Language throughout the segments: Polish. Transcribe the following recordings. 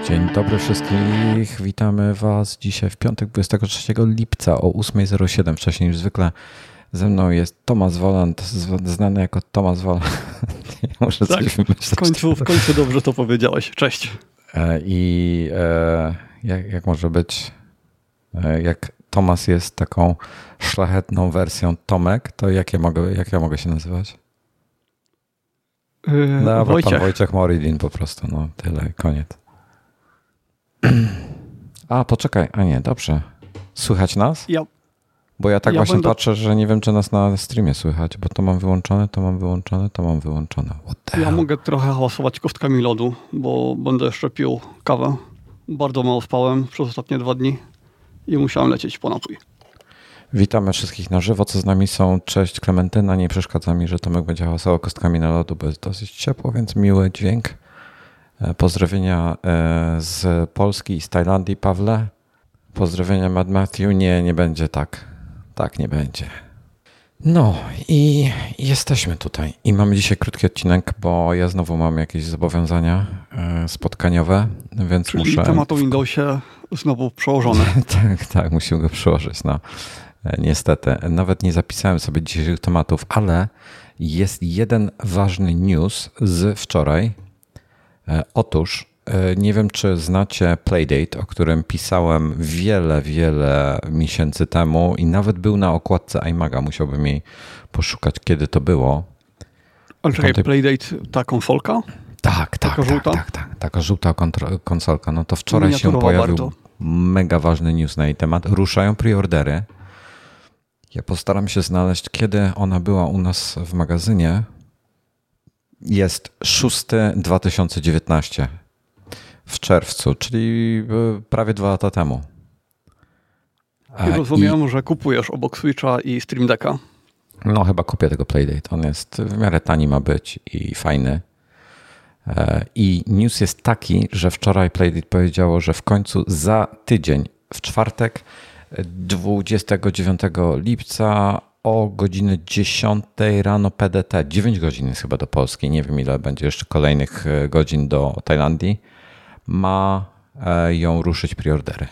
Dzień dobry wszystkich, witamy Was dzisiaj w piątek 23 lipca o 8:07. Wcześniej już zwykle ze mną jest Tomasz Woland, znany jako Tomasz Woland. Muszę tak, coś wymyślić. W końcu dobrze to powiedziałeś. Cześć. Jak może być, jak Tomasz jest taką szlachetną wersją Tomek, to jak ja mogę się nazywać? Wojciech. Pan Wojciech Moridin po prostu, no tyle, koniec. A, poczekaj, nie, dobrze. Słychać nas? Bo ja właśnie patrzę, że nie wiem, czy nas na streamie słychać, bo to mam wyłączone. Ja mogę trochę hałasować kostkami lodu, bo będę jeszcze pił kawę. Bardzo mało spałem przez ostatnie 2 dni i musiałem lecieć po napój. Witamy wszystkich na żywo, co z nami są. Cześć Klementyna, nie przeszkadza mi, że Tomek będzie hałasował kostkami na lodu, bo jest dosyć ciepło, więc miły dźwięk. Pozdrowienia z Polski i z Tajlandii, Pawle. Pozdrowienia Mad Matthew. Nie będzie tak. Tak nie będzie. No i jesteśmy tutaj. I mamy dzisiaj krótki odcinek, bo ja znowu mam jakieś zobowiązania spotkaniowe, więc czyli muszę... temat o Windowsie znowu przełożony. tak, musimy go przełożyć. No. Niestety. Nawet nie zapisałem sobie dzisiejszych tematów, ale jest jeden ważny news z wczoraj. Otóż nie wiem, czy znacie Playdate, o którym pisałem wiele miesięcy temu i nawet był na okładce iMaga. Musiałbym jej poszukać, kiedy to było. Ale czekaj, Playdate, ta konsolka? Tak. Taka żółta konsolka. No to wczoraj się pojawił bardzo mega ważny news na jej temat. Ruszają preordery. Ja postaram się znaleźć, kiedy ona była u nas w magazynie. Jest 6/2019 w czerwcu, czyli prawie 2 lata temu. I rozumiem, że kupujesz obok Switcha i Stream Decka. No chyba kupię tego Playdate. On jest w miarę tani ma być i fajny. I news jest taki, że wczoraj Playdate powiedziało, że w końcu za tydzień, w czwartek 29 lipca o godzinie 10 rano PDT, 9 godzin jest chyba do Polski, nie wiem ile będzie jeszcze kolejnych godzin do Tajlandii, ma ją ruszyć preordery.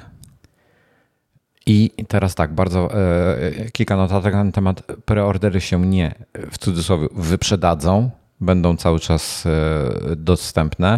I teraz tak, bardzo kilka notatek na ten temat. Preordery się nie, w cudzysłowie, wyprzedadzą, będą cały czas dostępne.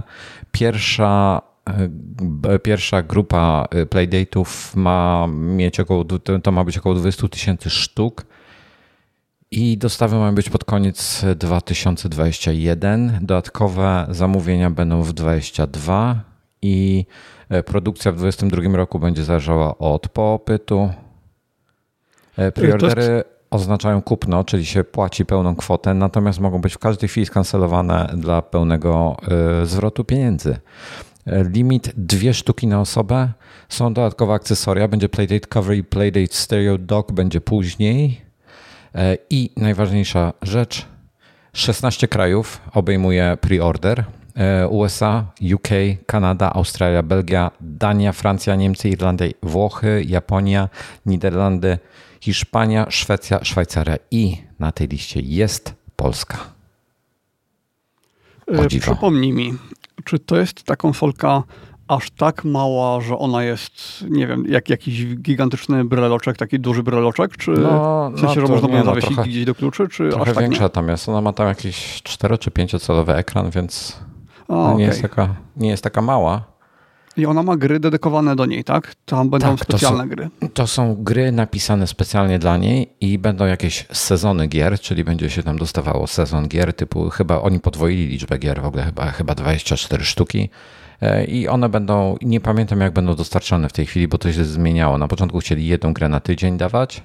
Pierwsza grupa Playdate'ów ma być około 20 000 sztuk i dostawy mają być pod koniec 2021. Dodatkowe zamówienia będą w 2022 i produkcja w 2022 roku będzie zależała od popytu. Preordery oznaczają kupno, czyli się płaci pełną kwotę, natomiast mogą być w każdej chwili skancelowane dla pełnego zwrotu pieniędzy. Limit 2 sztuki na osobę. Są dodatkowe akcesoria. Będzie Playdate Cover i Playdate Stereo Dock będzie później. I najważniejsza rzecz. 16 krajów obejmuje preorder. USA, UK, Kanada, Australia, Belgia, Dania, Francja, Niemcy, Irlandia, Włochy, Japonia, Niderlandy, Hiszpania, Szwecja, Szwajcaria i na tej liście jest Polska. Przypomnij mi, czy to jest ta konsolka aż tak mała, że ona jest, nie wiem, jak jakiś gigantyczny breloczek, taki duży breloczek, czy w sensie, że można ją zawiesić gdzieś do kluczy, czy trochę aż tak większa nie? Tam jest. Ona ma tam jakiś 4 czy 5-calowy ekran, więc nie jest taka mała. I ona ma gry dedykowane do niej, tak? Tam będą specjalne gry. To są gry napisane specjalnie dla niej i będą jakieś sezony gier, czyli będzie się tam dostawało sezon gier typu, chyba oni podwoili liczbę gier w ogóle, chyba 24 sztuki. I one będą, nie pamiętam jak będą dostarczone w tej chwili, bo to się zmieniało. Na początku chcieli 1 grę na tydzień dawać.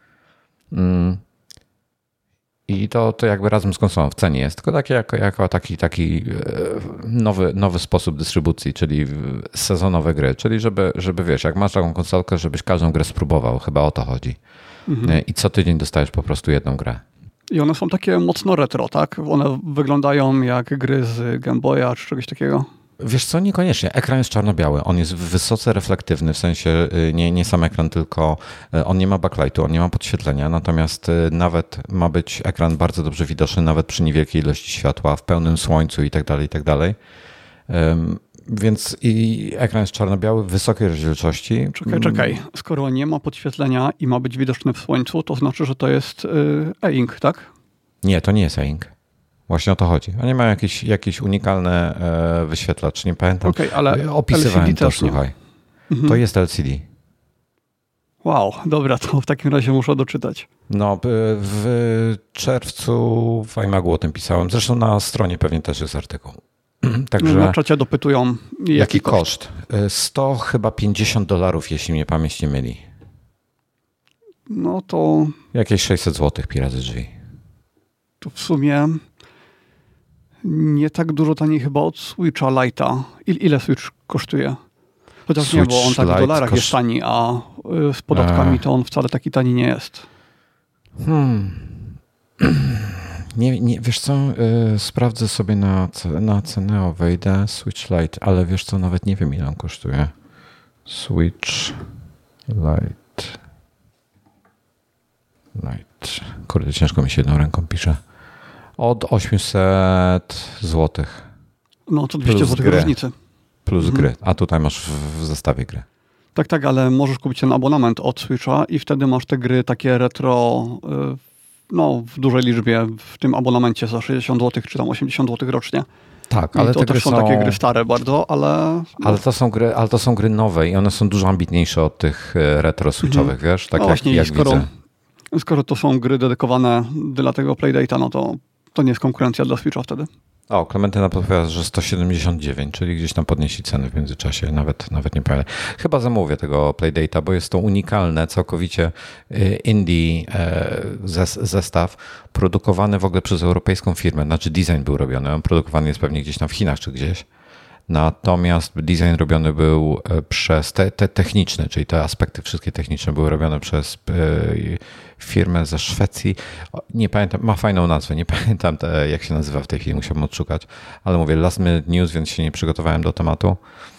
I to jakby razem z konsolą w cenie jest, tylko jako taki nowy sposób dystrybucji, czyli sezonowe gry, czyli żeby wiesz, jak masz taką konsolkę, żebyś każdą grę spróbował, chyba o to chodzi. I co tydzień dostajesz po prostu 1 grę. I one są takie mocno retro, tak? One wyglądają jak gry z Game Boya czy czegoś takiego? Wiesz co, niekoniecznie. Ekran jest czarno-biały. On jest wysoce reflektywny, w sensie nie sam ekran, tylko on nie ma backlightu, on nie ma podświetlenia, natomiast nawet ma być ekran bardzo dobrze widoczny, nawet przy niewielkiej ilości światła, w pełnym słońcu i tak dalej, i tak dalej. Więc i ekran jest czarno-biały, wysokiej rozdzielczości. Czekaj. Skoro nie ma podświetlenia i ma być widoczny w słońcu, to znaczy, że to jest e-ink, tak? Nie, to nie jest e-ink. Właśnie o to chodzi. Oni mają jakieś unikalne wyświetlacz, nie pamiętam. Ale opisywałem LCD to, słuchaj. To jest LCD. Wow, dobra, to w takim razie muszę doczytać. No, w czerwcu w iMagu o tym pisałem. Zresztą na stronie pewnie też jest artykuł. Także na czacie dopytują, jaki koszt? $150, jeśli mnie pamięć nie myli. No to... Jakieś 600 zł pi razy drzwi. To w sumie nie tak dużo taniej chyba od Switcha Lite'a. Ile Switch kosztuje? Chociaż Switch nie, bo on tak w dolarach jest tani, a z podatkami to on wcale taki tani nie jest. Nie, wiesz co, sprawdzę sobie na cenę, wejdę, Switch Lite, ale wiesz co, nawet nie wiem ile on kosztuje. Switch Lite. Kurde, ciężko mi się jedną ręką pisze. Od 800 zł. No to 200 zł różnicy. Plus gry, a tutaj masz w zestawie gry. Tak, ale możesz kupić ten abonament od Switcha i wtedy masz te gry takie retro w dużej liczbie w tym abonamencie za 60 zł czy tam 80 zł rocznie. Tak, ale to też są takie gry stare bardzo, ale... Ale to są gry nowe i one są dużo ambitniejsze od tych retro Switchowych, wiesz? Tak właśnie, jak widzę. Skoro to są gry dedykowane dla tego Playdate'a, no to nie jest konkurencja dla Switcha wtedy. O, Klementyna podpowiada, że 179, czyli gdzieś tam podnieśli ceny w międzyczasie, nawet nie pamiętam. Chyba zamówię tego Playdate'a, bo jest to unikalne, całkowicie indie zestaw, produkowany w ogóle przez europejską firmę, znaczy design był robiony, on produkowany jest pewnie gdzieś tam w Chinach czy gdzieś. Natomiast design robiony był przez te techniczne, czyli te aspekty wszystkie techniczne były robione przez firmę ze Szwecji. Nie pamiętam, ma fajną nazwę, nie pamiętam jak się nazywa w tej chwili, musiałbym odszukać, ale mówię last minute news, więc się nie przygotowałem do tematu.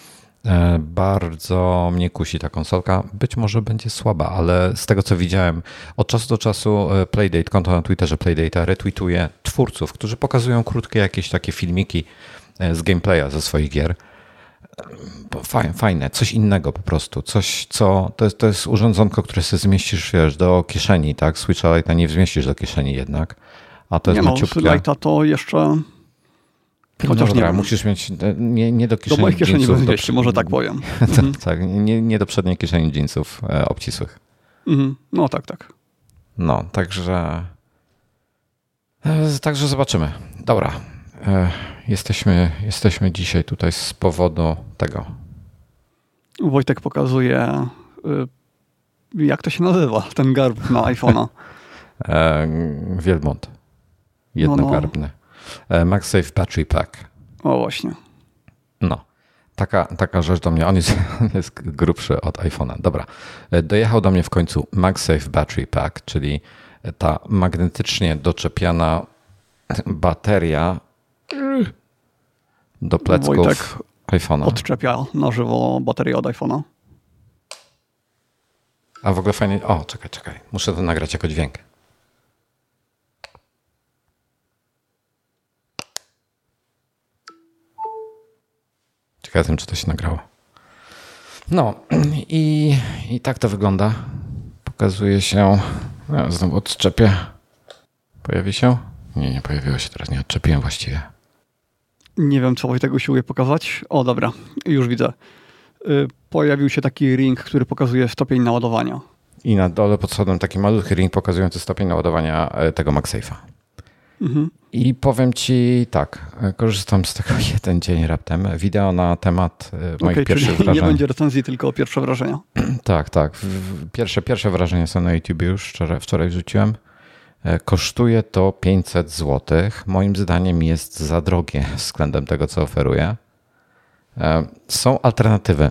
Bardzo mnie kusi ta konsolka. Być może będzie słaba, ale z tego co widziałem, od czasu do czasu Playdate, konto na Twitterze Playdate'a retweetuje twórców, którzy pokazują krótkie jakieś takie filmiki z gameplaya ze swoich gier. Fajne, coś innego po prostu. Coś, co to jest urządzonko, które sobie zmieścisz, wiesz, do kieszeni, tak? Switcha Lite'a nie zmieścisz do kieszeni jednak. A to jest maciupkie. Lite'a to jeszcze... Chociaż dobra, musisz mieć nie do kieszeni. Do moich kieszeni jeździ, może tak powiem. Tak, nie do przedniej kieszeni jeansów obcisłych. No tak. No, także zobaczymy. Dobra. Jesteśmy dzisiaj tutaj z powodu tego. Wojtek pokazuje, jak to się nazywa, ten garb na iPhone'a. Wielbłąd. Jednogarbny. MagSafe Battery Pack. O właśnie. No. Taka rzecz do mnie. On jest grubszy od iPhone'a. Dobra. Dojechał do mnie w końcu MagSafe Battery Pack, czyli ta magnetycznie doczepiana bateria do plecków Wojtek iPhone'a. Odczepia na żywo baterię od iPhone'a. A w ogóle fajnie... O, czekaj. Muszę to nagrać jako dźwięk. Ciekawe, czy to się nagrało. No i tak to wygląda. Pokazuje się... Ja znowu odczepię. Pojawi się? Nie pojawiło się teraz. Nie odczepiłem właściwie. Nie wiem, co Wojtek usiłuje pokazać. O, dobra. Już widzę. Pojawił się taki ring, który pokazuje stopień naładowania. I na dole pod spodem taki malutki ring pokazujący stopień naładowania tego MagSafe'a. I powiem ci tak, korzystam z tego jeden dzień raptem. Wideo na temat moich pierwszych wrażeń. Nie będzie recenzji, tylko pierwsze wrażenia. Tak. Pierwsze wrażenia są na YouTube już. Wczoraj wrzuciłem. Kosztuje to 500 zł. Moim zdaniem jest za drogie względem tego, co oferuje. Są alternatywy.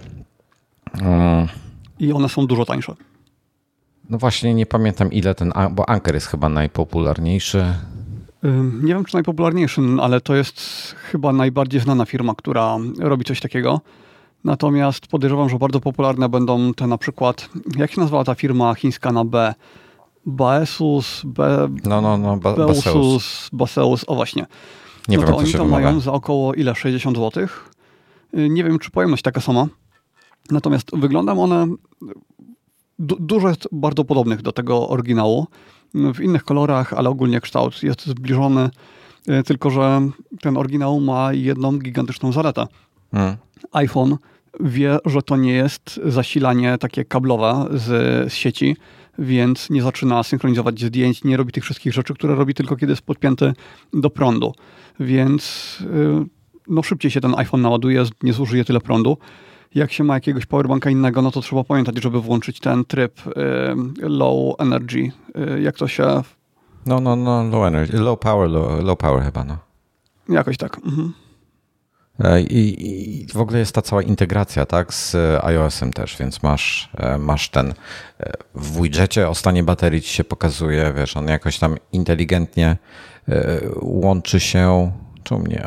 I one są dużo tańsze. No właśnie nie pamiętam ile bo Anker jest chyba najpopularniejszy. Nie wiem, czy najpopularniejszy, ale to jest chyba najbardziej znana firma, która robi coś takiego. Natomiast podejrzewam, że bardzo popularne będą te na przykład, jak się nazywała ta firma chińska na B? Baesus, Baseus, o właśnie. Nie wiem, to oni to mają za około 60 zł Nie wiem, czy pojemność taka sama. Natomiast wyglądam one... Dużo jest bardzo podobnych do tego oryginału. W innych kolorach, ale ogólnie kształt jest zbliżony. Tylko że ten oryginał ma jedną gigantyczną zaletę. iPhone wie, że to nie jest zasilanie takie kablowe z sieci, więc nie zaczyna synchronizować zdjęć, nie robi tych wszystkich rzeczy, które robi tylko kiedy jest podpięty do prądu. Więc szybciej się ten iPhone naładuje, nie zużyje tyle prądu. Jak się ma jakiegoś powerbanka innego, no to trzeba pamiętać, żeby włączyć ten tryb low energy. Jak to się... No, low energy, low power chyba, no. Jakoś tak. Mhm. I w ogóle jest ta cała integracja, tak, z iOS-em też, więc masz ten w widgetie o stanie baterii ci się pokazuje, wiesz, on jakoś tam inteligentnie łączy się, czy u mnie,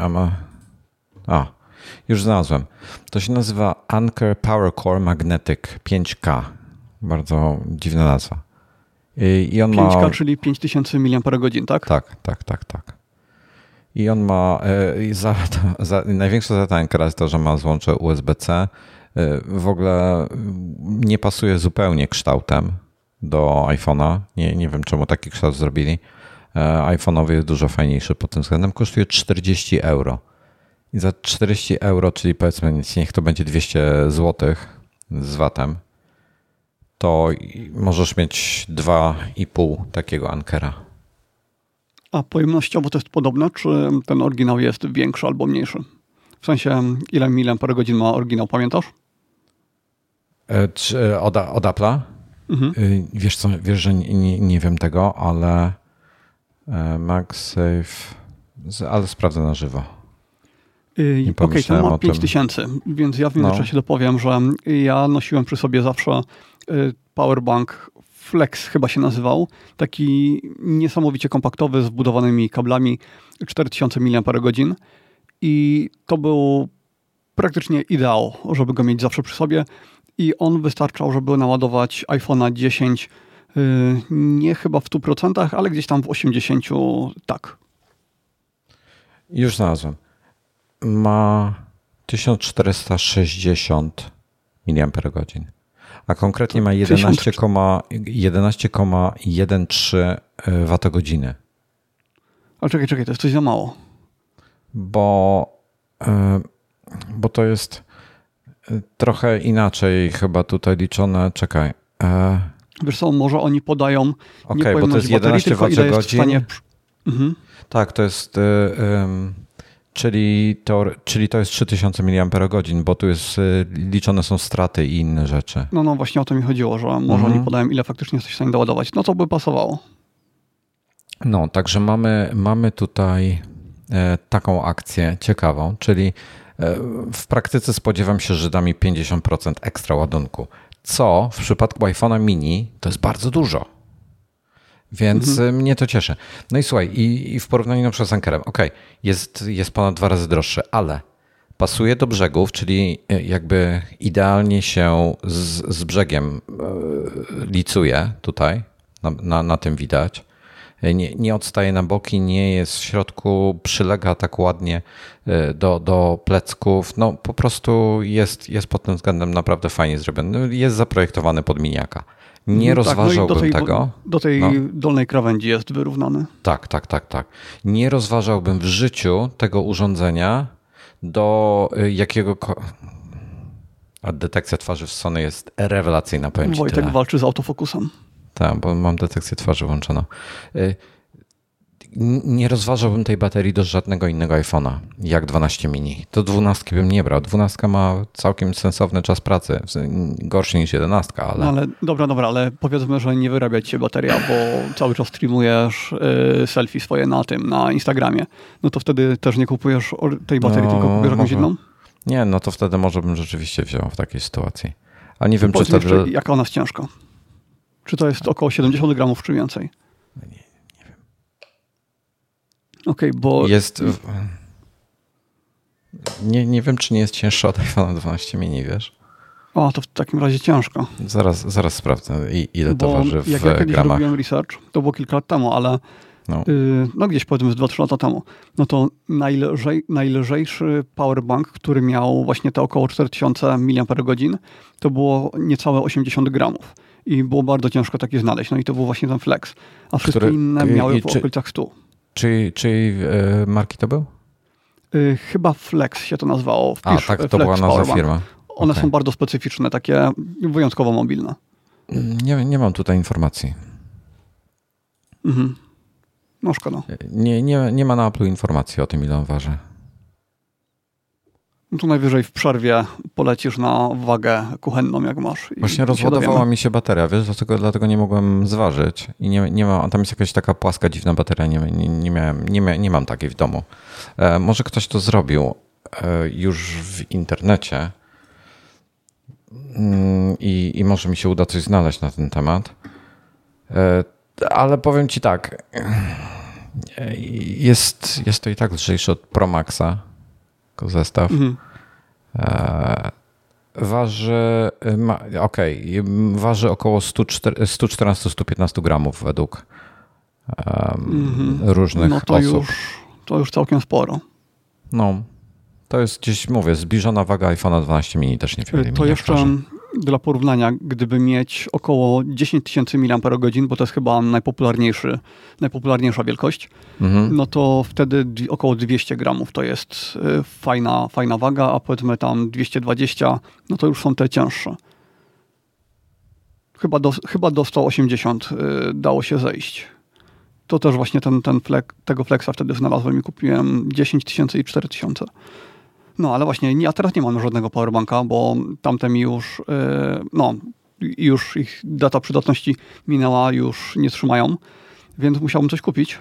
już znalazłem. To się nazywa Anker Power Core Magnetic 5K. Bardzo dziwna nazwa. I on 5K, ma... czyli 5000 mAh, tak? Tak. I on ma, największa zaleta Ankera jest to, że ma złącze USB-C. W ogóle nie pasuje zupełnie kształtem do iPhone'a. Nie wiem, czemu taki kształt zrobili. iPhone'owy jest dużo fajniejszy pod tym względem. Kosztuje 40 euro. I za 40 euro, czyli powiedzmy, niech to będzie 200 zł z VAT-em, to możesz mieć 2,5 takiego Ankera. A pojemnościowo to jest podobne, czy ten oryginał jest większy albo mniejszy? W sensie, ile mAh ma oryginał, pamiętasz? Od Apple'a? Mhm. Wiesz, że nie wiem tego, ale MagSafe, ale sprawdzę na żywo. Okej, to ma 5000, więc ja w międzyczasie dopowiem, że ja nosiłem przy sobie zawsze powerbank Flex chyba się nazywał, taki niesamowicie kompaktowy z wbudowanymi kablami, 4000 mAh i to był praktycznie ideał, żeby go mieć zawsze przy sobie i on wystarczał, żeby naładować iPhone'a 10 nie chyba w 100%, ale gdzieś tam w 80%, tak. Już znalazłem. Ma 1460 mAh. A konkretnie ma 11,13 Wh. Ale czekaj, to jest coś za mało. Bo to jest trochę inaczej chyba tutaj liczone. Czekaj. Wiesz co, może oni podają Okej, bo to jest 11 Wh. Mhm. Tak, to jest... Czyli to jest 3000 mAh, bo tu jest liczone są straty i inne rzeczy. No właśnie o to mi chodziło, że może oni podają, ile faktycznie jesteś w stanie doładować. No to by pasowało. No, także mamy tutaj taką akcję ciekawą, czyli w praktyce spodziewam się, że da mi 50% ekstra ładunku, co w przypadku iPhone'a mini to jest bardzo dużo. Więc mnie to cieszy. No i słuchaj, i w porównaniu na przykład z Ankerem, jest ponad 2 razy droższy, ale pasuje do brzegów, czyli jakby idealnie się z brzegiem licuje tutaj, na tym widać. Nie odstaje na boki, nie jest w środku, przylega tak ładnie do plecków. No po prostu jest pod tym względem naprawdę fajnie zrobiony. Jest zaprojektowany pod miniaka. Nie rozważałbym tego. Do tej dolnej krawędzi jest wyrównany. Tak. Nie rozważałbym w życiu tego urządzenia do jakiego... A detekcja twarzy w Sony jest rewelacyjna, powiem ci Wojtek tyle. walczy z autofokusem. Tak, bo mam detekcję twarzy włączoną. Nie rozważałbym tej baterii do żadnego innego iPhone'a, jak 12 mini. To 12 bym nie brał. 12 ma całkiem sensowny czas pracy. Gorszy niż 11, ale... No ale dobra, ale powiedzmy, że nie wyrabia ci się bateria, bo cały czas streamujesz selfie swoje na Instagramie. No to wtedy też nie kupujesz tej baterii, tylko kupujesz jakąś inną? Nie, no to wtedy może bym rzeczywiście wziął w takiej sytuacji. A nie wiem, czy to... Jaka ona jest ciężka? Czy to jest około 70 gramów, czy więcej? Nie wiem. Okej, bo... Jest... Nie wiem, czy nie jest cięższa od iPhone'a 12 mini, wiesz? O, to w takim razie ciężko. Zaraz sprawdzę, ile to waży w jak ja kiedyś gramach. robiłem research, to było kilka lat temu, ale no gdzieś powiedzmy z 2-3 lata temu, no to najlżejszy powerbank, który miał właśnie te około 4000 mAh, to było niecałe 80 gramów. I było bardzo ciężko taki znaleźć. No i to był właśnie ten Flex. A wszystkie inne miały w okolicach 100. Czyj marki to był? Chyba Flex się to nazywało. Wpisz, tak, to była nazwa firmy. One są bardzo specyficzne, takie wyjątkowo mobilne. Nie mam tutaj informacji. Mhm. No szkoda. Nie ma na Apple'u informacji o tym, ile on waży. No to najwyżej w przerwie polecisz na wagę kuchenną, jak masz. Właśnie rozładowała mi się bateria, wiesz, dlatego nie mogłem zważyć. I nie mam, tam jest jakaś taka płaska, dziwna bateria, nie mam takiej w domu. Może ktoś to zrobił już w internecie i może mi się uda coś znaleźć na ten temat. Ale powiem ci tak, jest to i tak lżejsze od Pro Maxa, jako zestaw. Mhm. Waży około 114-115 gramów według różnych osób. To już całkiem sporo. No, to jest gdzieś, mówię, zbliżona waga iPhone'a 12 mini też niewiele. To jeszcze dla porównania, gdyby mieć około 10 000 mAh, bo to jest chyba najpopularniejsza wielkość, no to wtedy około 200 gramów to jest fajna waga, a powiedzmy tam 220, no to już są te cięższe. Chyba do 180 dało się zejść. To też właśnie tego Flexa wtedy znalazłem i kupiłem 10 000 i 4000. No, ale właśnie ja teraz nie mam żadnego powerbanka, bo tamte mi już ich data przydatności minęła, już nie trzymają, więc musiałbym coś kupić.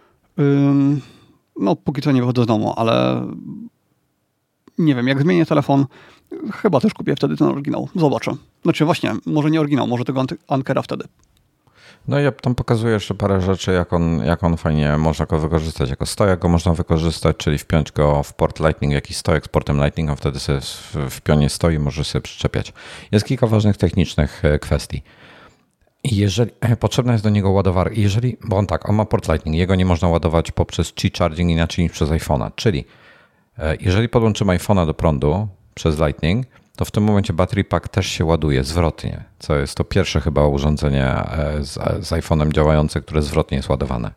No, póki co nie wychodzę z domu, ale nie wiem, jak zmienię telefon, chyba też kupię wtedy ten oryginał. Zobaczę. Znaczy właśnie, może nie oryginał, może tego Ankera wtedy. No i ja tam pokazuję jeszcze parę rzeczy, jak on fajnie można go wykorzystać. Jako stojak go można wykorzystać, czyli wpiąć go w port Lightning, jakiś stojak z portem Lightning, a wtedy sobie w pionie stoi, możesz sobie przyczepiać. Jest kilka ważnych technicznych kwestii. Jeżeli potrzebna jest do niego ładowarka, bo on ma port Lightning, jego nie można ładować poprzez Qi Charging inaczej niż przez iPhone'a. Czyli jeżeli podłączymy iPhone'a do prądu przez Lightning, to w tym momencie battery pack też się ładuje zwrotnie, co jest to pierwsze chyba urządzenie z iPhone'em działające, które zwrotnie jest ładowane.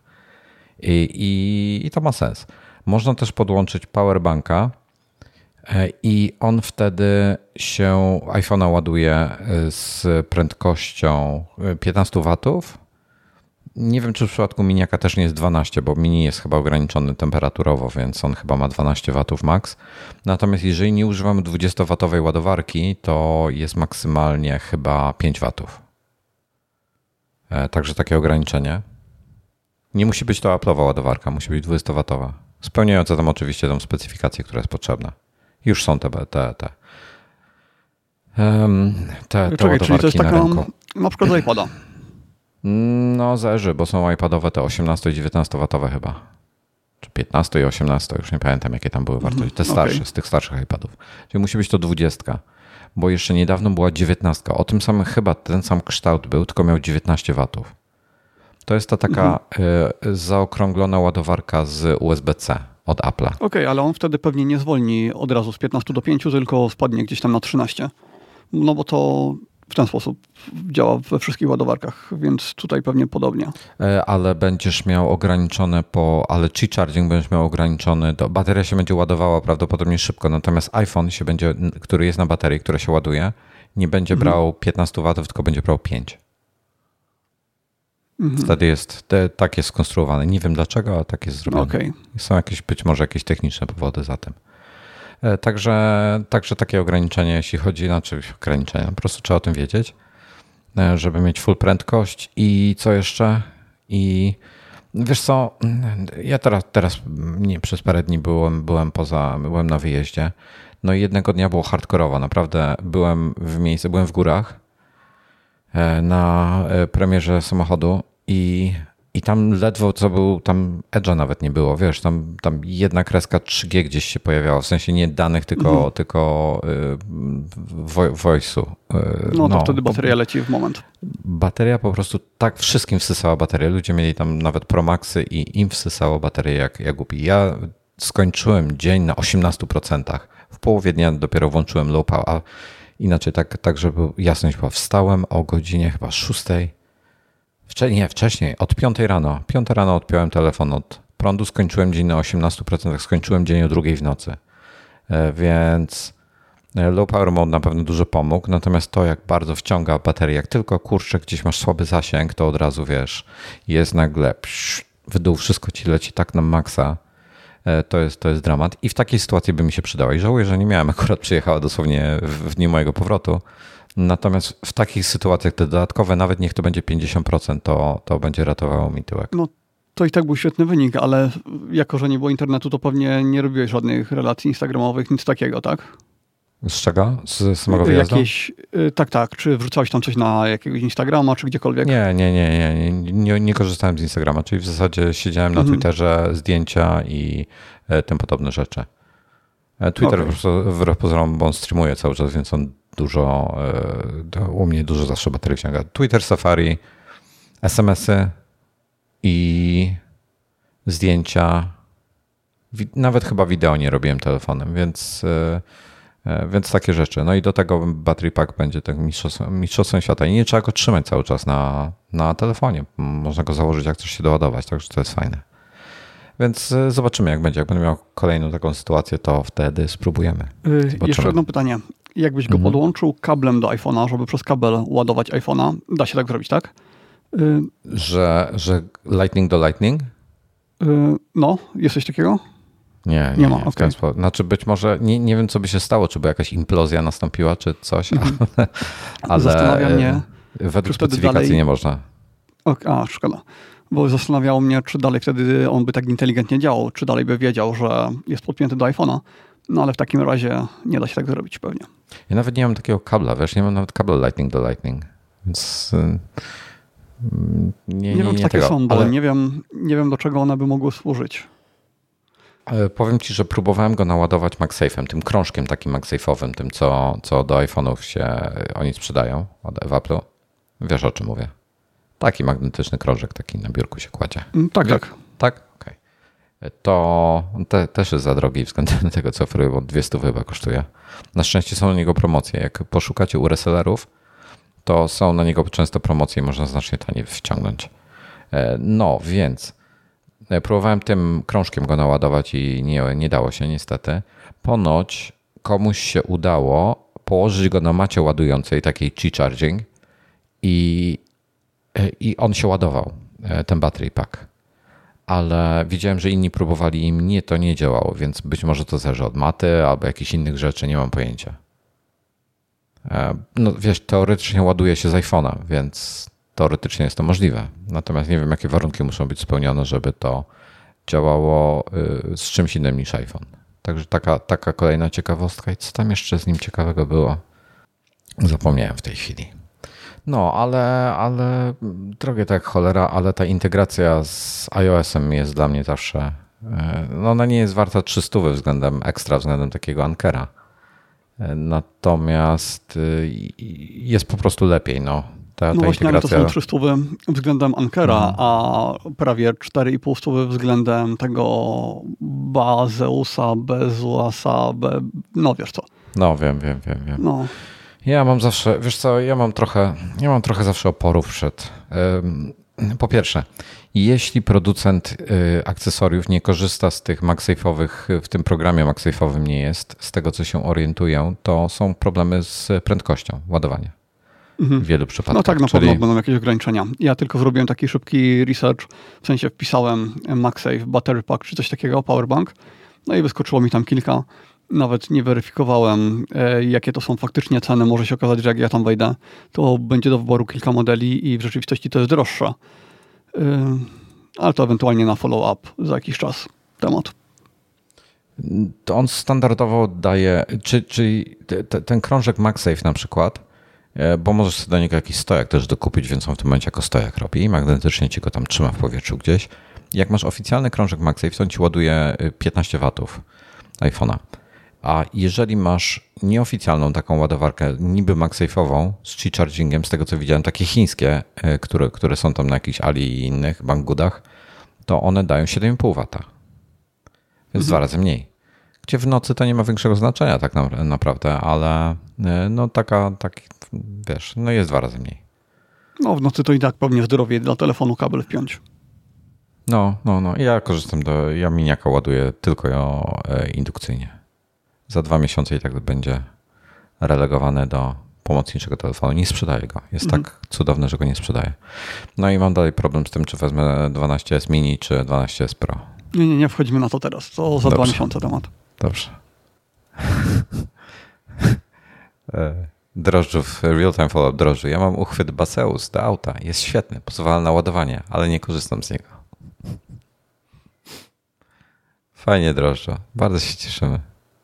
I to ma sens. Można też podłączyć powerbanka i on wtedy się iPhone'a ładuje z prędkością 15 watów. Nie wiem, czy w przypadku miniaka też nie jest 12, bo mini jest chyba ograniczony temperaturowo, więc on chyba ma 12 watów max. Natomiast jeżeli nie używamy 20-watowej ładowarki, to jest maksymalnie chyba 5 watów. Także takie ograniczenie. Nie musi być to Apple'owa ładowarka, musi być 20-watowa. Spełniająca tam oczywiście tą specyfikację, która jest potrzebna. Już są te ładowarki na rynku. Na przykład z iPoda. No zależy, bo są iPadowe te 18 i 19 watowe chyba. Czy 15 i 18, już nie pamiętam jakie tam były wartości. Te starsze, z tych starszych iPadów. Czyli musi być to 20, bo jeszcze niedawno była 19. O tym samym chyba ten sam kształt był, tylko miał 19 watów. To jest ta taka zaokrąglona ładowarka z USB-C od Apple'a. Okej, ale on wtedy pewnie nie zwolni od razu z 15 do 5, tylko spadnie gdzieś tam na 13. No bo to w ten sposób działa we wszystkich ładowarkach, więc tutaj pewnie podobnie. Ale będziesz miał ograniczone ale Qi Charging będziesz miał ograniczony, bateria się będzie ładowała prawdopodobnie szybko, natomiast iPhone który jest na baterii, która się ładuje, nie będzie brał 15 watów, tylko będzie brał 5. Wtedy tak jest skonstruowane. Nie wiem dlaczego, ale tak jest zrobione. Okay. Są być może jakieś techniczne powody za tym. Także takie ograniczenie, jeśli chodzi na ograniczenia, po prostu trzeba o tym wiedzieć, żeby mieć full prędkość. I co jeszcze? I wiesz co, ja teraz przez parę dni byłem na wyjeździe, no i jednego dnia było hardkorowo, naprawdę byłem w górach na premierze samochodu i I tam ledwo co był, tam edge'a nawet nie było, wiesz, tam jedna kreska 3G gdzieś się pojawiała, w sensie nie danych, tylko voice'u. No to wtedy bateria leci w moment. Bateria po prostu tak wszystkim wsysała baterię. Ludzie mieli tam nawet Pro Maxy i im wsysało baterię jak głupi. Ja skończyłem dzień na 18%. W połowie dnia dopiero włączyłem low power, a inaczej tak, żeby jasność była. Wstałem o godzinie chyba 6. Wcześniej, od 5 rano. 5 rano odpiąłem telefon od prądu, skończyłem dzień na 18%, skończyłem dzień o 2 w nocy. Więc low power mode na pewno dużo pomógł, natomiast to, jak bardzo wciąga baterię, jak tylko kurczę, gdzieś masz słaby zasięg, to od razu wiesz, jest nagle w dół, wszystko ci leci tak na maksa. To jest dramat i w takiej sytuacji by mi się przydała. I żałuję, że nie miałem, akurat przyjechała dosłownie w dniu mojego powrotu. Natomiast w takich sytuacjach te dodatkowe, nawet niech to będzie 50%, to będzie ratowało mi tyłek. No to i tak był świetny wynik, ale jako, że nie było internetu, to pewnie nie robiłeś żadnych relacji instagramowych, nic takiego, tak? Z czego? Z samego wyjazdu? Tak. Czy wrzucałeś tam coś na jakiegoś Instagrama, czy gdziekolwiek? Nie korzystałem z Instagrama, czyli w zasadzie siedziałem na Twitterze, zdjęcia i tym podobne rzeczy. Twitter wbrew pozorom, bo on streamuje cały czas, więc on u mnie dużo zawsze baterii wciąga. Twitter, Safari, SMS-y i zdjęcia. Nawet chyba wideo nie robiłem telefonem, więc takie rzeczy. No i do tego battery pack będzie tak mistrzostwem świata. I nie trzeba go trzymać cały czas na telefonie. Można go założyć, jak coś się doładować, także to jest fajne. Więc zobaczymy, jak będzie. Jak będę miał kolejną taką sytuację, to wtedy spróbujemy. Jeszcze jedno pytanie. Jakbyś go podłączył kablem do iPhone'a, żeby przez kabel ładować iPhone'a, da się tak zrobić, tak? Że Lightning do Lightning? No, jest coś takiego? Nie ma. Okay. Znaczy być może, nie wiem co by się stało, czy by jakaś implozja nastąpiła, czy coś, ale zastanawia mnie, według specyfikacji dalej... nie można. Szkoda. Bo zastanawiało mnie, czy dalej wtedy on by tak inteligentnie działał, czy dalej by wiedział, że jest podpięty do iPhone'a. No ale w takim razie nie da się tak zrobić pewnie. Ja nawet nie mam takiego kabla, wiesz, nie mam nawet kabla Lightning do Lightning, więc nie wiem, czy takie tego, są, bo ale... nie wiem, do czego one by mogły służyć. Powiem ci, że próbowałem go naładować MagSafe'em, tym krążkiem takim MagSafe'owym, tym co do iPhone'ów się oni sprzedają w Apple'u. Wiesz, o czym mówię. Taki magnetyczny krążek, taki na biurku się kładzie. Tak. Tak? Okej. To też jest za drogi względem tego, co oferuję, bo 200 chyba kosztuje. Na szczęście są na niego promocje. Jak poszukacie u resellerów, to są na niego często promocje i można znacznie taniej wciągnąć. No, więc próbowałem tym krążkiem go naładować i nie dało się niestety. Ponoć komuś się udało położyć go na macie ładującej, takiej Qi-charging i on się ładował, ten battery pack. Ale widziałem, że inni próbowali i mnie to nie działało, więc być może to zależy od maty albo jakichś innych rzeczy, nie mam pojęcia. No wiesz, teoretycznie ładuje się z iPhone'a, więc teoretycznie jest to możliwe. Natomiast nie wiem, jakie warunki muszą być spełnione, żeby to działało z czymś innym niż iPhone. Także taka kolejna ciekawostka. I co tam jeszcze z nim ciekawego było? Zapomniałem w tej chwili. No, ale drogie tak cholera, ale ta integracja z iOS-em jest dla mnie zawsze, no ona nie jest warta 300 względem takiego Ankera. Natomiast jest po prostu lepiej, no. Ta właśnie, integracja... ale to są 300 względem Ankera, a prawie 4,5 względem tego Bazeusa, no wiesz co. No wiem. No. Ja mam zawsze, wiesz co, ja mam trochę zawsze oporów przed. Po pierwsze, jeśli producent akcesoriów nie korzysta z tych MagSafe'owych, w tym programie MagSafe'owym nie jest, z tego co się orientuję, to są problemy z prędkością ładowania. W wielu przypadkach. No tak, na pewno będą jakieś ograniczenia. Ja tylko zrobiłem taki szybki research, w sensie wpisałem MagSafe, Battery Pack czy coś takiego, Powerbank, no i wyskoczyło mi tam kilka. Nawet nie weryfikowałem, jakie to są faktycznie ceny. Może się okazać, że jak ja tam wejdę, to będzie do wyboru kilka modeli i w rzeczywistości to jest droższe. Ale to ewentualnie na follow-up za jakiś czas temat. To on standardowo daje, czyli ten krążek MagSafe na przykład bo możesz sobie do niego jakiś stojak też dokupić, więc on w tym momencie jako stojak robi i magnetycznie ci go tam trzyma w powietrzu gdzieś. Jak masz oficjalny krążek MagSafe, to on ci ładuje 15 watów iPhone'a. A jeżeli masz nieoficjalną taką ładowarkę, niby MagSafe'ową z Qi-chargingiem, z tego co widziałem, takie chińskie, które są tam na jakichś Ali i innych Banggoodach, to one dają 7,5 wata. Więc 2 razy mniej. Gdzie w nocy to nie ma większego znaczenia tak naprawdę, ale no taki, wiesz, no jest 2 razy mniej. No w nocy to i tak pewnie zdrowiej dla telefonu kabel wpiąć. No. Ja korzystam ja miniaka ładuję tylko indukcyjnie. Za 2 miesiące i tak będzie relegowany do pomocniczego telefonu. Nie sprzedaję go. Jest tak cudowny, że go nie sprzedaję. No i mam dalej problem z tym, czy wezmę 12S Mini, czy 12S Pro. Nie wchodzimy na to teraz. To za 2 miesiące temat. Dobrze. Drożdżów, real-time follow-up drożdżu. Ja mam uchwyt Baseus do auta. Jest świetny, pozwala na ładowanie, ale nie korzystam z niego. Fajnie drożdżo. Bardzo się cieszymy.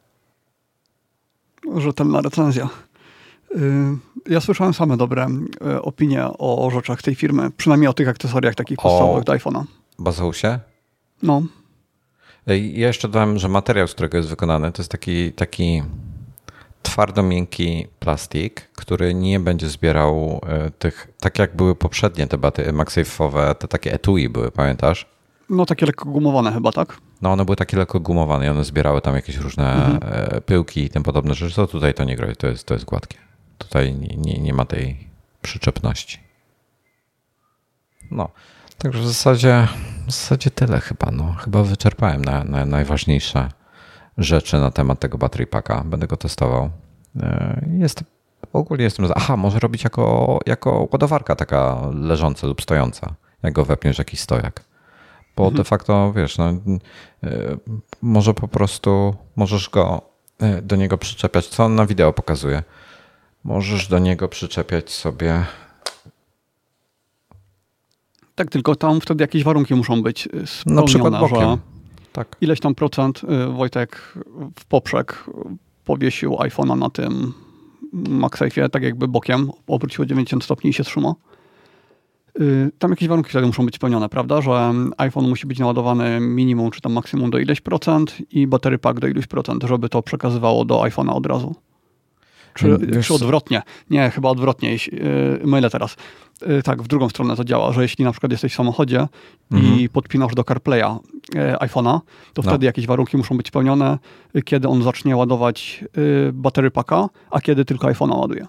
Rzetelna recenzja. Ja słyszałem same dobre opinie o rzeczach tej firmy. Przynajmniej o tych akcesoriach takich podstawowych do iPhone'a. Baseusie? No. Ja jeszcze dodam, że materiał, z którego jest wykonany, to jest taki twardo-miękki plastik, który nie będzie zbierał tych, tak jak były poprzednie te baty MagSafe'owe, te takie etui były, pamiętasz? No takie lekko gumowane chyba, tak? No one były takie lekko gumowane i one zbierały tam jakieś różne pyłki i tym podobne rzeczy. To tutaj to nie grozi, to jest gładkie. Tutaj nie ma tej przyczepności. No, także w zasadzie tyle chyba. No, chyba wyczerpałem na najważniejsze rzeczy na temat tego battery packa. Będę go testował. Ogólnie jestem... Aha, może robić jako ładowarka taka leżąca lub stojąca. Jak go wepniesz jakiś stojak. Bo de facto, wiesz, no, może po prostu możesz go do niego przyczepiać, co on na wideo pokazuje. Możesz do niego przyczepiać sobie... Tak, tylko tam wtedy jakieś warunki muszą być spełnione. Na przykład bokiem. Że tak. Ileś tam procent Wojtek w poprzek powiesił iPhone'a na tym MagSafe'ie, tak jakby bokiem, obróciło 90 stopni i się trzyma. Tam jakieś warunki wtedy muszą być spełnione, prawda? Że iPhone musi być naładowany minimum czy tam maksimum do ileś procent i battery pack do ileś procent, żeby to przekazywało do iPhone'a od razu. Czy odwrotnie? Nie, chyba odwrotnie. Mylę teraz. Tak, w drugą stronę to działa, że jeśli na przykład jesteś w samochodzie i podpinasz do CarPlaya iPhone'a, to wtedy jakieś warunki muszą być spełnione, kiedy on zacznie ładować battery packa, a kiedy tylko iPhone'a ładuje.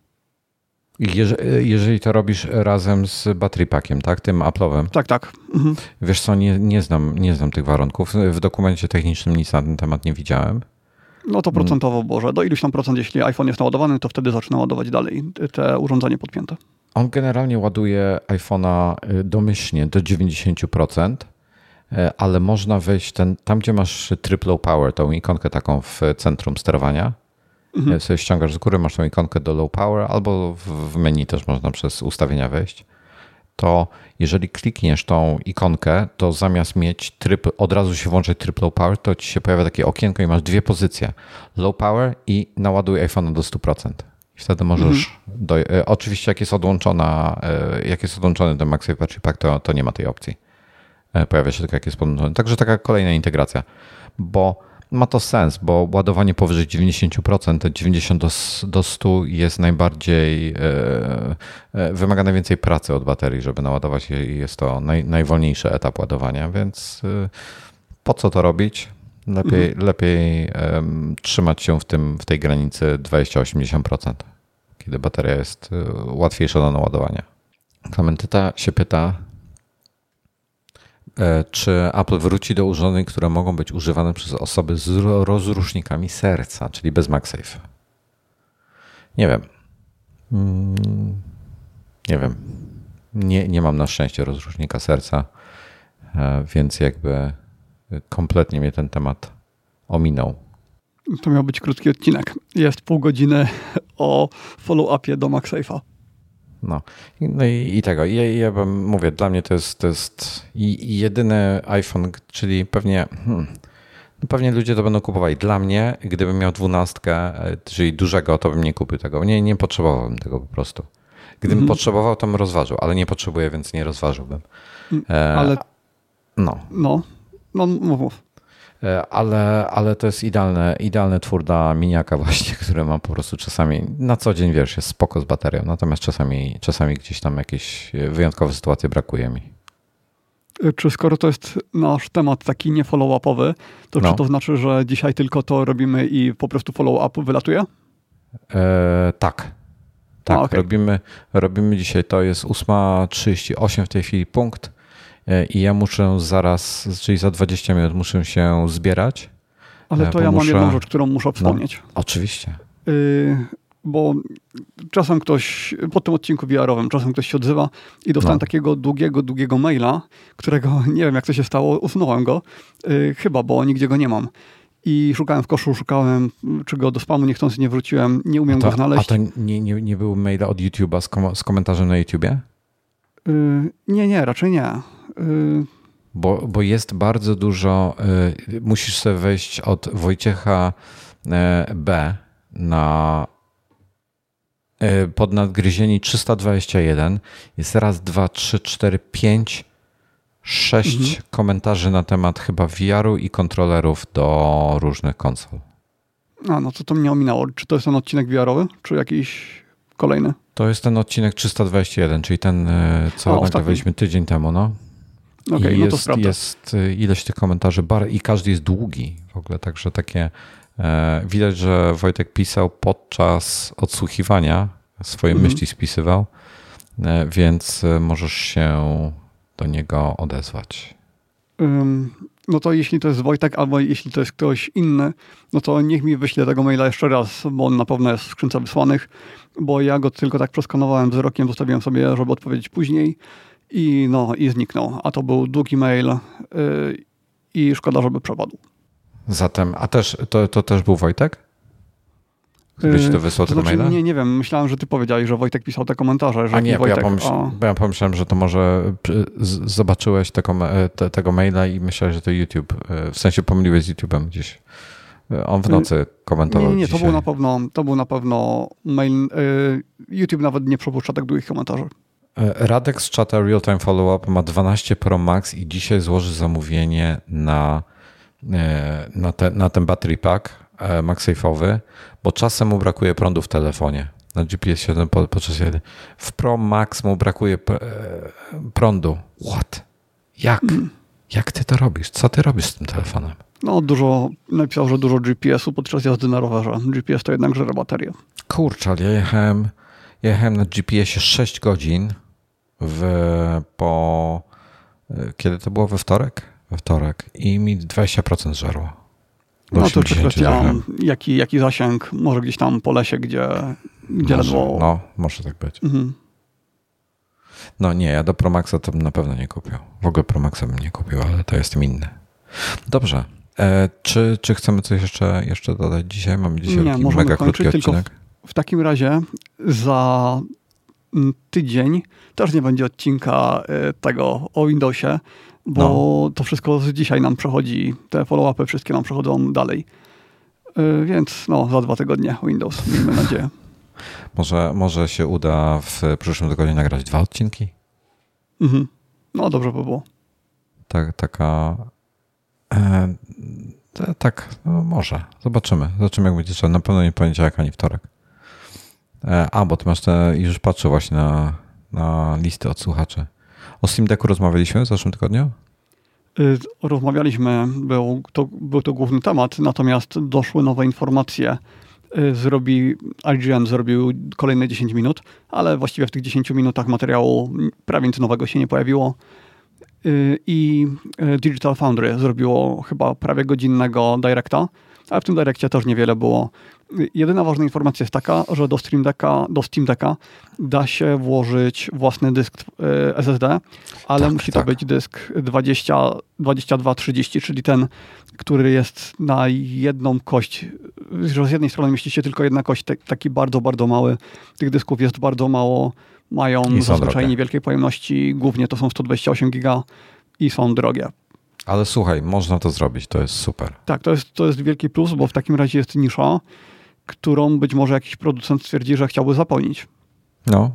Jeżeli to robisz razem z battery packiem, tak? Tym Apple'owym. Tak. Wiesz co, nie znam tych warunków. W dokumencie technicznym nic na ten temat nie widziałem. No to procentowo, Boże. Do iluś tam procent, jeśli iPhone jest naładowany, to wtedy zaczyna ładować dalej te urządzenie podpięte. On generalnie ładuje iPhone'a domyślnie do 90%, ale można wejść tam, gdzie masz Triple Low Power, tą ikonkę taką w centrum sterowania, sobie ściągasz z góry, masz tą ikonkę do Low Power, albo w menu też można przez ustawienia wejść. To jeżeli klikniesz tą ikonkę, to zamiast mieć od razu się włączyć Triple Low Power, to ci się pojawia takie okienko i masz 2 pozycje. Low Power i naładuj iPhone'a do 100%. I wtedy możesz... Oczywiście jak jest odłączony ten MagSafe Battery Pack, to nie ma tej opcji. Pojawia się tylko jak jest podłączony. Także taka kolejna integracja. Bo ma to sens, bo ładowanie powyżej 90%, te 90 do 100 jest najbardziej, wymaga najwięcej pracy od baterii, żeby naładować je i jest to najwolniejszy etap ładowania, więc po co to robić? Lepiej trzymać się w tej granicy 20-80%, kiedy bateria jest łatwiejsza do naładowania. Klementyna się pyta, czy Apple wróci do urządzeń, które mogą być używane przez osoby z rozrusznikami serca, czyli bez MagSafe? Nie wiem. Nie wiem. Nie mam na szczęście rozrusznika serca, więc jakby kompletnie mnie ten temat ominął. To miał być krótki odcinek. Jest pół godziny o follow-upie do MagSafe'a. No i tego. Ja mówię, dla mnie to jest jedyny iPhone, czyli pewnie Pewnie ludzie to będą kupowali. Dla mnie, gdybym miał 12, czyli dużego, to bym nie kupił tego. Nie potrzebowałbym tego po prostu. Gdybym potrzebował, to bym rozważył, ale nie potrzebuję, więc nie rozważyłbym. Ale... No, mów. Ale to jest idealny twór dla miniaka właśnie, który mam po prostu czasami, na co dzień wiesz, jest spoko z baterią, natomiast czasami gdzieś tam jakieś wyjątkowe sytuacje brakuje mi. Czy skoro to jest nasz temat taki nie follow-upowy, to czy to znaczy, że dzisiaj tylko to robimy i po prostu follow-up wylatuje? Tak. Tak, okay. Robimy dzisiaj, to jest 8:38 w tej chwili punkt i ja muszę zaraz, czyli za 20 minut muszę się zbierać. Ale to ja mam jedną rzecz, którą muszę wspomnieć. Oczywiście. Bo czasem ktoś, po tym odcinku VR-owym, czasem ktoś się odzywa i dostałem takiego długiego maila, którego nie wiem jak to się stało, usunąłem go, chyba, bo nigdzie go nie mam. I szukałem w koszu, czy go do spamu niechcący nie wróciłem, nie umiem go znaleźć. A to nie był maila od YouTube'a z komentarzem na YouTubie? Nie, raczej nie. Bo jest bardzo dużo, musisz sobie wejść od Wojciecha B pod nadgryzieni 321. Jest raz, 2, 3, 4, 5, 6 komentarzy na temat chyba VR-u i kontrolerów do różnych konsol. No to mnie ominęło. Czy to jest ten odcinek VR-owy, czy jakiś kolejny? To jest ten odcinek 321, czyli ten, co nagrywaliśmy tydzień temu, no. Okay, no to sprawdzę. Jest ileś tych komentarzy i każdy jest długi w ogóle, także takie widać, że Wojtek pisał podczas odsłuchiwania, swoje myśli spisywał, więc możesz się do niego odezwać. No to jeśli to jest Wojtek, albo jeśli to jest ktoś inny, no to niech mi wyśle tego maila jeszcze raz, bo on na pewno jest w skrzynce wysłanych, bo ja go tylko tak przeskanowałem wzrokiem, zostawiłem sobie, żeby odpowiedzieć później i zniknął. A to był długi mail i szkoda, żeby przepadł. Zatem, a to też był Wojtek? Który ci to wysłał tego maila? Nie wiem. Myślałem, że ty powiedziałeś, że Wojtek pisał te komentarze. Że Wojtek, ja pomyślałem, że to może zobaczyłeś tego maila i myślałeś, że to YouTube. W sensie pomyliłeś z YouTube'em gdzieś. On w nocy komentował Nie, dzisiaj. to był na pewno mail. YouTube nawet nie przepuszcza tak długich komentarzy. Radek z czata Real Time Follow-up ma 12 Pro Max i dzisiaj złoży zamówienie na ten battery pack MagSafe'owy, bo czasem mu brakuje prądu w telefonie. Na GPS 7 podczas jedy. W Pro Max mu brakuje prądu. What? Jak? Jak ty to robisz? Co ty robisz z tym telefonem? Napisał, że dużo GPS-u podczas jazdy na rowerze. GPS to jednak żre baterię. Kurczę, ale ja jechałem na GPS-ie 6 godzin kiedy to było? We wtorek? We wtorek. I mi 20% żarło. No to czy kwestia, jaki zasięg, może gdzieś tam po lesie, gdzie ledwo... No, może tak być. No nie, ja do Pro Maxa to bym na pewno nie kupił. W ogóle Pro Maxa bym nie kupił, ale to jestem inny. Dobrze. Czy chcemy coś jeszcze dodać dzisiaj? Mamy dzisiaj taki mega krótki odcinek. W takim razie za tydzień też nie będzie odcinka tego o Windowsie, bo to wszystko z dzisiaj nam przechodzi, te follow-upy wszystkie nam przechodzą dalej. Więc za 2 tygodnie Windows, miejmy nadzieję. Może się uda w przyszłym tygodniu nagrać 2 odcinki? No dobrze by było. Może. Zobaczymy jak będzie trzeba. Na pewno nie poniedziałek ani wtorek. Bo ty masz już patrzę właśnie na listy od słuchaczy. O Steam Decku rozmawialiśmy w zeszłym tygodniu? Rozmawialiśmy, był to główny temat, natomiast doszły nowe informacje. IGN zrobił kolejne 10 minut, ale właściwie w tych 10 minutach materiału prawie nic nowego się nie pojawiło. I Digital Foundry zrobiło chyba prawie godzinnego directa, ale w tym direccie też niewiele było. Jedyna ważna informacja jest taka, że do Steam Decka da się włożyć własny dysk SSD, ale musi to być dysk 2230, czyli ten, który jest na jedną kość. Że z jednej strony mieści się tylko jedna kość, taki bardzo, bardzo mały. Tych dysków jest bardzo mało, mają zazwyczaj niewielkiej pojemności, głównie to są 128 giga i są drogie. Ale słuchaj, można to zrobić, to jest super. Tak, to jest wielki plus, bo w takim razie jest nisza, którą być może jakiś producent stwierdzi, że chciałby zapełnić. No.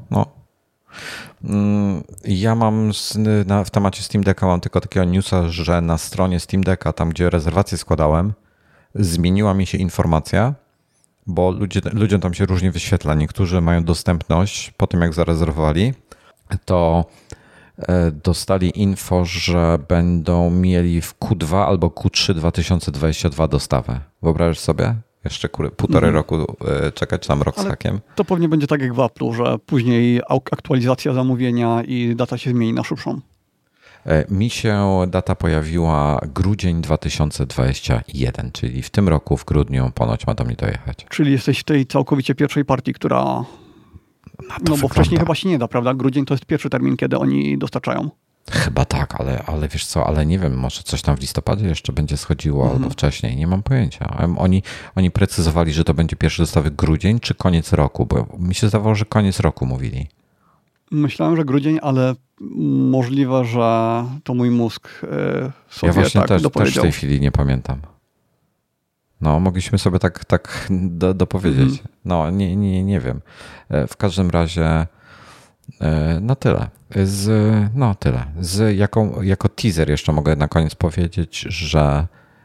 Ja mam w temacie Steam Decka mam tylko takiego newsa, że na stronie Steam Decka, tam gdzie rezerwację składałem, zmieniła mi się informacja, bo ludziom tam się różnie wyświetla. Niektórzy mają dostępność po tym, jak zarezerwowali, to dostali info, że będą mieli w Q2 albo Q3 2022 dostawę. Wyobrażasz sobie? Jeszcze półtorej roku czekać, tam rok z hakiem. To pewnie będzie tak jak w Apple'u, że później aktualizacja zamówienia i data się zmieni na szybszą. Mi się data pojawiła grudzień 2021, czyli w tym roku, w grudniu ponoć ma do mnie dojechać. Czyli jesteś w tej całkowicie pierwszej partii, która... No bo wcześniej chyba się nie da, prawda? Grudzień to jest pierwszy termin, kiedy oni dostarczają. Chyba tak, ale wiesz co, ale nie wiem, może coś tam w listopadzie jeszcze będzie schodziło albo wcześniej, nie mam pojęcia. Oni precyzowali, że to będzie pierwszy dostawy grudzień czy koniec roku, bo mi się zdawało, że koniec roku mówili. Myślałem, że grudzień, ale możliwe, że to mój mózg sobie ja właśnie tak dopowiedział. też w tej chwili nie pamiętam. No, mogliśmy sobie tak dopowiedzieć. No, nie wiem. W każdym razie no tyle. Tyle. Jako teaser jeszcze mogę na koniec powiedzieć, że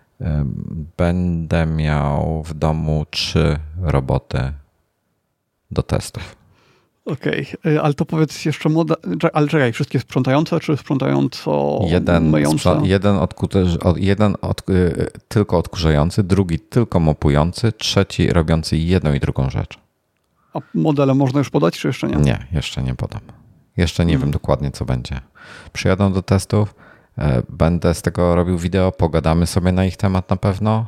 będę miał w domu 3 roboty do testów. Okej, ale to powiedz jeszcze ale czekaj, wszystkie sprzątające, czy sprzątająco myjące? Jeden tylko odkurzający, drugi tylko mopujący, trzeci robiący jedną i drugą rzecz. A modele można już podać, czy jeszcze nie? Nie, jeszcze nie podam. Jeszcze nie wiem dokładnie, co będzie. Przyjadą do testów, będę z tego robił wideo, pogadamy sobie na ich temat na pewno.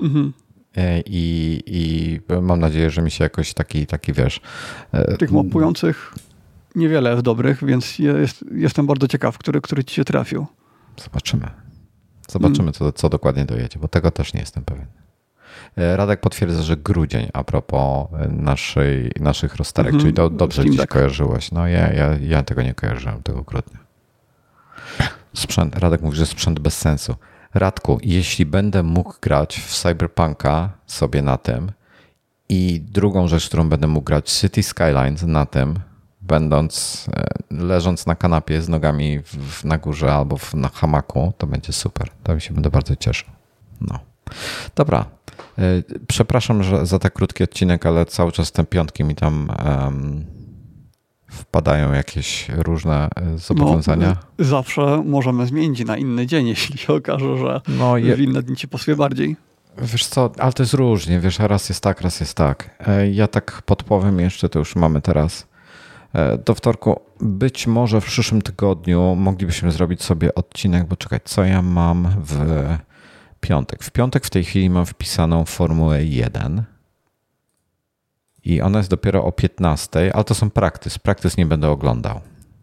I mam nadzieję, że mi się jakoś taki wiesz... Tych mopujących niewiele jest dobrych, więc jestem bardzo ciekaw, który ci się trafił. Zobaczymy, co dokładnie dojedzie, bo tego też nie jestem pewien. Radek potwierdza, że grudzień a propos naszych rozterek, czyli dobrze dziś kojarzyłeś. No ja tego nie kojarzyłem, tego grudnia. Radek mówi, że sprzęt bez sensu. Radku, jeśli będę mógł grać w Cyberpunka sobie na tym i drugą rzecz, którą będę mógł grać, City Skylines na tym, leżąc na kanapie z nogami na górze albo na hamaku, to będzie super. To się będę bardzo cieszył. No. Dobra. Przepraszam za tak krótki odcinek, ale cały czas te piątki mi tam wpadają jakieś różne zobowiązania. No, zawsze możemy zmienić na inny dzień, jeśli się okaże, że w inne dni ci pasuje bardziej. Wiesz co, ale to jest różnie, wiesz, raz jest tak, raz jest tak. Ja tak podpowiem jeszcze, to już mamy teraz do wtorku. Być może w przyszłym tygodniu moglibyśmy zrobić sobie odcinek, bo czekaj, co ja mam w piątek? W piątek w tej chwili mam wpisaną Formułę 1 i ona jest dopiero o 15, ale to są practice nie będę oglądał.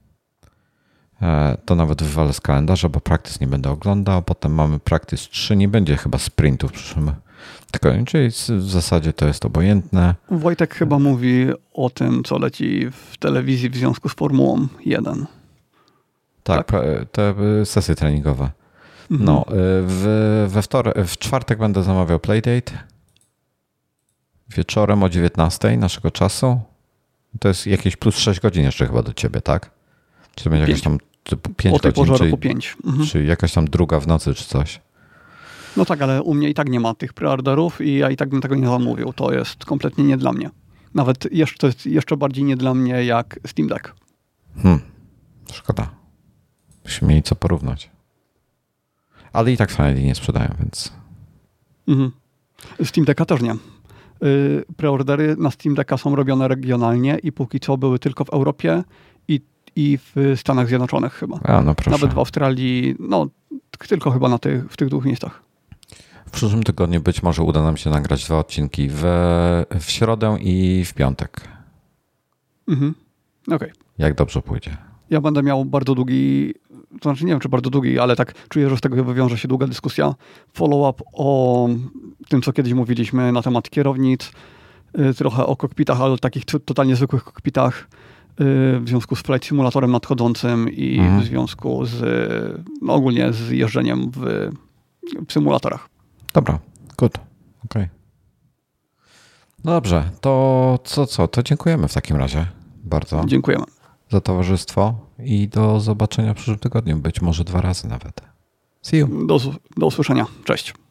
To nawet wywalę z kalendarza, bo practice nie będę oglądał. Potem mamy practice 3, nie będzie chyba sprintów w przyszłym tygodniu, czyli w zasadzie to jest obojętne. Wojtek chyba mówi o tym, co leci w telewizji w związku z Formułą 1. Tak? Te sesje treningowe. No, w czwartek będę zamawiał Playdate. Wieczorem o 19 naszego czasu. To jest jakieś plus 6 godzin jeszcze chyba do ciebie, tak? Czy to będzie jakieś tam 5 godzin, czy jakaś tam druga w nocy, czy coś? No tak, ale u mnie i tak nie ma tych preorderów i ja i tak bym tego nie zamówił. To jest kompletnie nie dla mnie. Nawet to jest jeszcze bardziej nie dla mnie jak Steam Deck. Szkoda. Byśmy mieli co porównać. Ale i tak Finally nie sprzedają, więc... Steam Decka też nie. Preordery na Steam Decka są robione regionalnie i póki co były tylko w Europie i w Stanach Zjednoczonych chyba. No proszę. Nawet w Australii, no tylko chyba w tych 2 miejscach. W przyszłym tygodniu być może uda nam się nagrać 2 odcinki w środę i w piątek. Okej. Jak dobrze pójdzie. Ja będę miał bardzo długi, to znaczy nie wiem, czy bardzo długi, ale tak czuję, że z tego wywiąże się długa dyskusja. Follow-up o tym, co kiedyś mówiliśmy na temat kierownic, trochę o kokpitach, ale takich totalnie zwykłych kokpitach, w związku z flight simulatorem nadchodzącym i w związku z ogólnie z jeżdżeniem w w symulatorach. Dobra, good. Okay. No dobrze, to co? To dziękujemy w takim razie bardzo. Dziękujemy. Za towarzystwo i do zobaczenia w przyszłym tygodniu. Być może 2 razy nawet. See you. Do usłyszenia. Cześć.